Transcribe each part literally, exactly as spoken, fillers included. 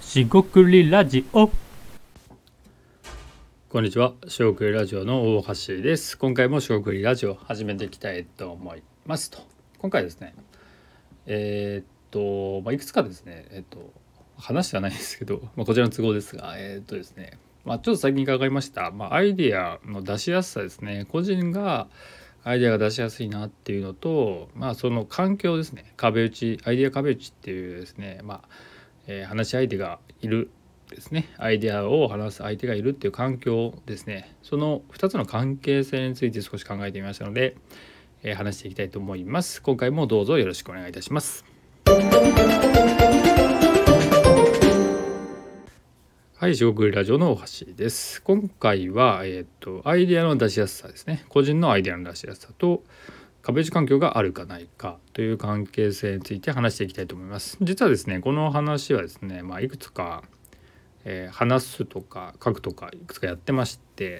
しごくりラジオ。 こんにちは、しごくりラジオの大橋です。今回もしごくりラジオ始めていきたいと思いますと。今回ですね、えー、っと、まあ、いくつかですね、えー、っと話ではないんですけど、まあ、こちらの都合ですが、えー、っとですね、まあ、ちょっと最近伺いました、まあ、アイデアの出しやすさですね。個人がアイデアが出しやすいなっていうのと、まあ、その環境ですね。壁打ち、アイデア壁打ちっていうですね、まあえー、話し相手がいるですね、アイデアを話す相手がいるっていう環境ですね、そのふたつの関係性について少し考えてみましたので、えー、話していきたいと思います。今回もどうぞよろしくお願いいたします。はい、しごくりラジオの大橋です。今回は、えー、とアイデアの出しやすさですね、個人のアイデアの出しやすさと壁打ち環境があるかないかという関係性について話していきたいと思います。実はですね、この話はですね、まあ、いくつかえー、話すとか書くとかいくつかやってまして、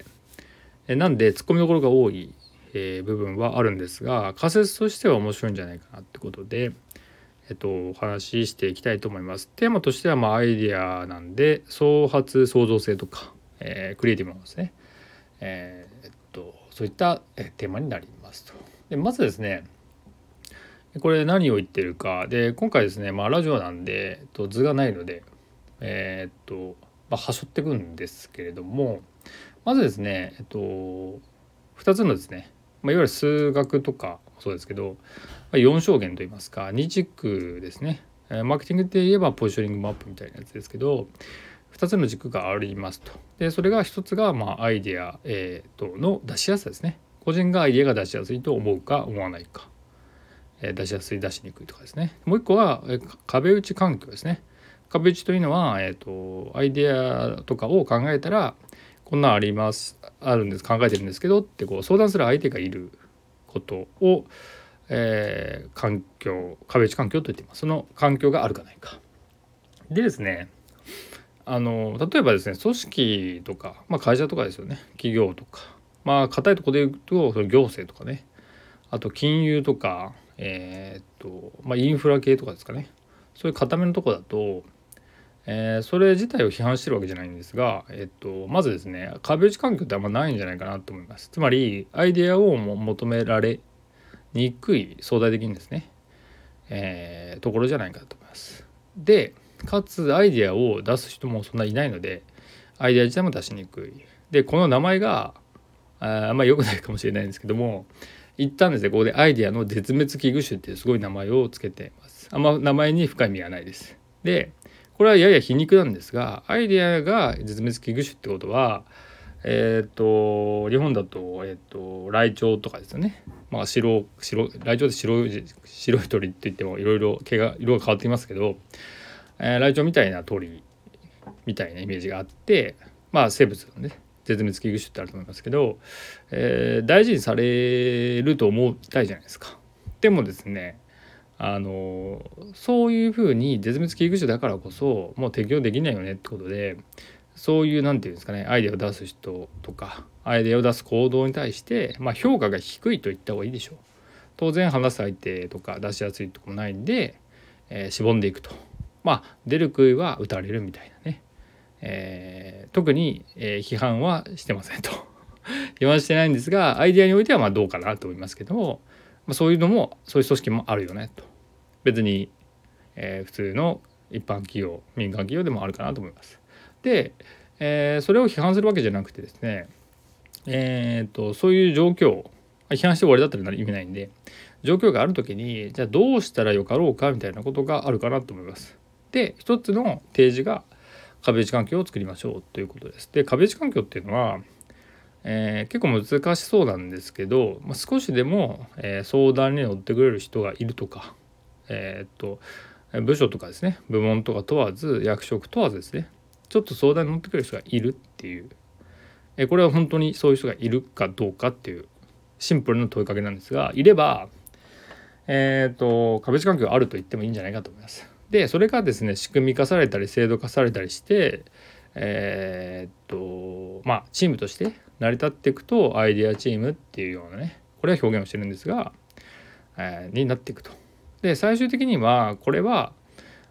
えー、なんでツッコミどころが多い、えー、部分はあるんですが、仮説としては面白いんじゃないかなってことで、えっと、お話ししていきたいと思います。テーマとしてはまあアイデアなんで、創発創造性とか、えー、クリエイティブなですね、えー、えっとそういったテーマになりますと。でまずですね、これ何を言ってるかで、今回ですね、まあ、ラジオなんで、えっと、図がないのでえー、っと、まあ、はしょっていくんですけれども、まずですね、えっと、ふたつのですね、まあ、いわゆる数学とかもそうですけど、まあ、よん象限といいますかに軸ですね、マーケティングで言えばポジショニングマップみたいなやつですけど、ふたつの軸がありますと。でそれがひとつがまあアイデア、えー、との出しやすさですね。個人がアイデアが出しやすいと思うか思わないか、えー、出しやすい出しにくいとかですね。もう一個は、えー、壁打ち環境ですね。壁打ちというのは、えーと、アイデアとかを考えたらこんなんありますあるんです考えてるんですけどってこう相談する相手がいることを、えー、環境壁打ち環境と言っています。その環境があるかないかでですね、あの例えばですね、組織とか、まあ、会社とかですよね、企業とか、まあ硬いところで言うとその行政とかね、あと金融とか、えー、っとまあインフラ系とかですかね、そういう固めのとこだとえー、それ自体を批判してるわけじゃないんですが、えっと、まずですね、壁打ち環境ってあんまないんじゃないかなと思います。つまりアイデアをも求められにくい、相対的にですね、えー、ところじゃないかと思います。でかつアイデアを出す人もそんないないので、アイデア自体も出しにくい。でこの名前がああんまり良くないかもしれないんですけども、一旦ですね、ここでアイデアの絶滅危惧種っていうすごい名前をつけています。あんま名前に深い意味はないです。でこれはやや皮肉なんですが、アイデアが絶滅危惧種ってことは、えっ、ー、と日本だと、えっ、ー、とライチョウとかですよね。まあ白白ライチョウで白い白い鳥って言ってもいろいろ毛が色が変わってきますけど、えー、ライチョウみたいな鳥みたいなイメージがあって、まあ生物のね絶滅危惧種ってあると思いますけど、えー、大事にされると思いたいじゃないですか。でもですね、あのそういうふうに絶滅危惧種だからこそもう適用できないよねってことで、そういうなんていうんですかね、アイデアを出す人とかアイデアを出す行動に対して、まあ、評価が低いと言った方がいいでしょう。当然話す相手とか出しやすいとこもないんで、えー、しぼんでいくと。まあ出る杭は打たれるみたいなね、えー、特に、えー、批判はしてませんと批判してないんですが、アイデアにおいてはまあどうかなと思いますけども、まあ、そういうのもそういう組織もあるよねと。別に、えー、普通の一般企業民間企業でもあるかなと思います。で、えー、それを批判するわけじゃなくてですね、えー、とそういう状況、批判して終わりだったら意味ないんで、状況がある時にじゃあどうしたらよかろうかみたいなことがあるかなと思います。で一つの提示が壁打ち環境を作りましょうということです。で壁打ち環境っていうのは、えー、結構難しそうなんですけど、まあ、少しでも、えー、相談に乗ってくれる人がいるとか、えー、っと部署とかですね、部門とか問わず、役職問わずですね、ちょっと相談に乗ってくれる人がいるっていう、えこれは本当にそういう人がいるかどうかっていうシンプルな問いかけなんですが、いれば、えー、っと壁打ち環境があると言ってもいいんじゃないかと思います。でそれがですね、仕組み化されたり制度化されたりして、えー、っとまあチームとして成り立っていくと、アイデアチームっていうようなね、これは表現をしてるんですが、えー、になっていくと。で最終的にはこれは、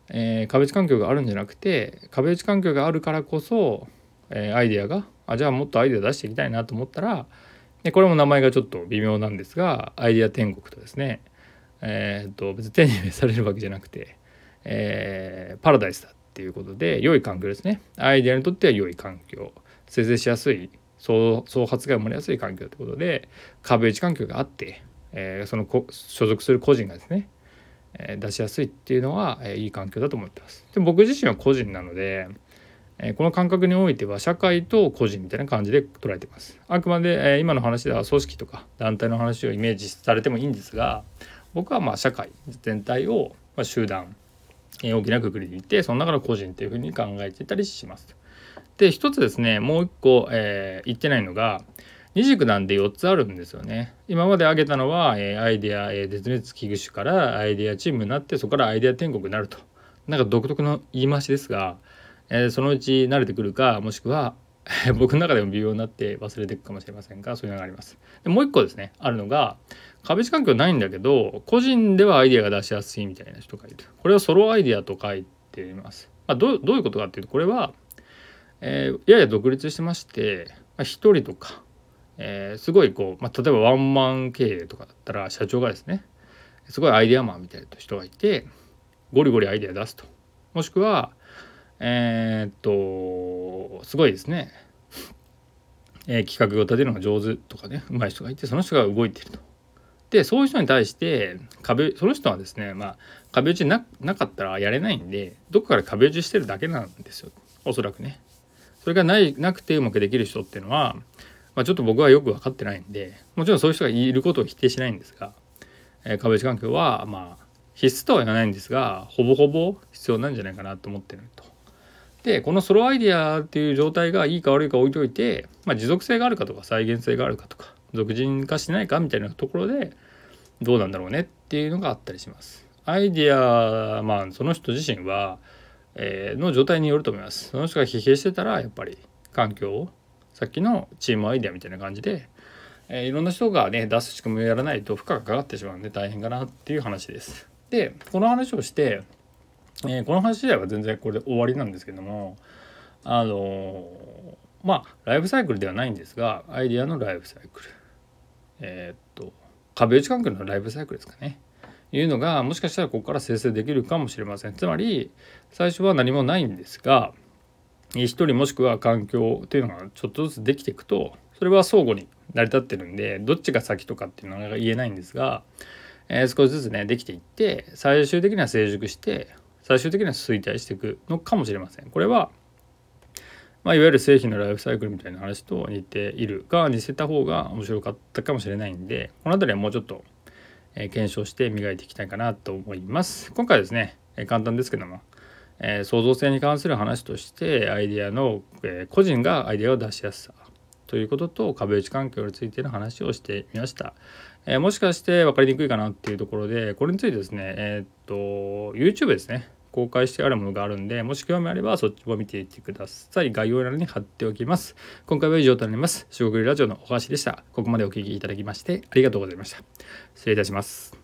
えー、壁打ち環境があるんじゃなくて、壁打ち環境があるからこそ、えー、アイデアがあじゃあもっとアイデア出していきたいなと思ったら、でこれも名前がちょっと微妙なんですが、アイデア天国とですね、えー、っと別に手に召されるわけじゃなくて、えー、パラダイスだっていうことで、良い環境ですね。アイデアにとっては良い環境、生成しやすい、総発が生まれやすい環境ということで、壁打ち環境があって、えー、その所属する個人がですね、えー、出しやすいっていうのは、えー、いい環境だと思ってます。で僕自身は個人なので、えー、この感覚においては社会と個人みたいな感じで捉えています。あくまで、えー、今の話では組織とか団体の話をイメージされてもいいんですが、僕はまあ社会全体を、まあ、集団、えー、大きな括りで言って、その中の個人っていうふうに考えていたりします。で一つですね、もう一個、えー、言ってないのが、二軸なんでよっつあるんですよね。今まで挙げたのは、えー、アイデア、えー、絶滅危惧種からアイデアチームになって、そこからアイデア天国になると、なんか独特の言い回しですが、えー、そのうち慣れてくるか、もしくは僕の中でも微妙になって忘れていくかもしれませんが、そういうのがあります。でもう一個ですね、あるのが、壁打ち環境ないんだけど個人ではアイデアが出しやすいみたいな人がいる。これをソロアイデアと書いています。まあ、どう、どういうことかっていうと、これは、えー、やや独立してまして、まあ、一人とか、えー、すごいこう、まあ、例えばワンマン経営とかだったら社長がですね、すごいアイデアマンみたいな人がいて、ゴリゴリアイデア出すと。もしくはえー、っとすごいですね、えー、企画を立てるのが上手とかね、上手い人がいて、その人が動いていると。でそういう人に対して壁、その人はですね、まあ壁打ち な, なかったらやれないんで、どこから壁打ちしてるだけなんですよ、おそらくね。それがないなくてうまくできる人っていうのは、まあ、ちょっと僕はよく分かってないんで、もちろんそういう人がいることを否定しないんですが、えー、壁打ち環境はまあ必須とは言わないんですが、ほぼほぼ必要なんじゃないかなと思ってると。でこのソロアイデアっていう状態がいいか悪いか置いといて、まあ、持続性があるかとか再現性があるかとか俗人化してないかみたいなところでどうなんだろうねっていうのがあったりします。アイデア、まあその人自身は、えー、の状態によると思います。その人が疲弊してたらやっぱり環境を、さっきのチームアイデアみたいな感じで、えー、いろんな人がね出す仕組みをやらないと負荷がかかってしまうんで大変かなっていう話です。でこの話をしてえー、この話自体は全然これで終わりなんですけども、あのー、まあライフサイクルではないんですが、アイデアのライフサイクル、えー、っと壁打ち環境のライフサイクルですかね、いうのがもしかしたらここから生成できるかもしれません。つまり最初は何もないんですが、一人もしくは環境っていうのがちょっとずつできていくと、それは相互に成り立ってるんで、どっちが先とかっていうのは言えないんですが、えー、少しずつねできていって、最終的には成熟して最終的には衰退していくのかもしれません。これは、まあ、いわゆる製品のライフサイクルみたいな話と似ているが、似せた方が面白かったかもしれないんで、この辺りはもうちょっと、えー、検証して磨いていきたいかなと思います。今回はですね、えー、簡単ですけども、えー、創造性に関する話としてアイデアの、えー、個人がアイデアを出しやすさということと壁打ち環境についての話をしてみました。えー、もしかして分かりにくいかなっていうところで、これについてですね、えー、っと YouTube ですね、公開してあるものがあるんで、もし興味あればそっちも見ていってください。概要欄に貼っておきます。今回は以上となります。しごくりラジオのお話でした。ここまでお聞きいただきましてありがとうございました。失礼いたします。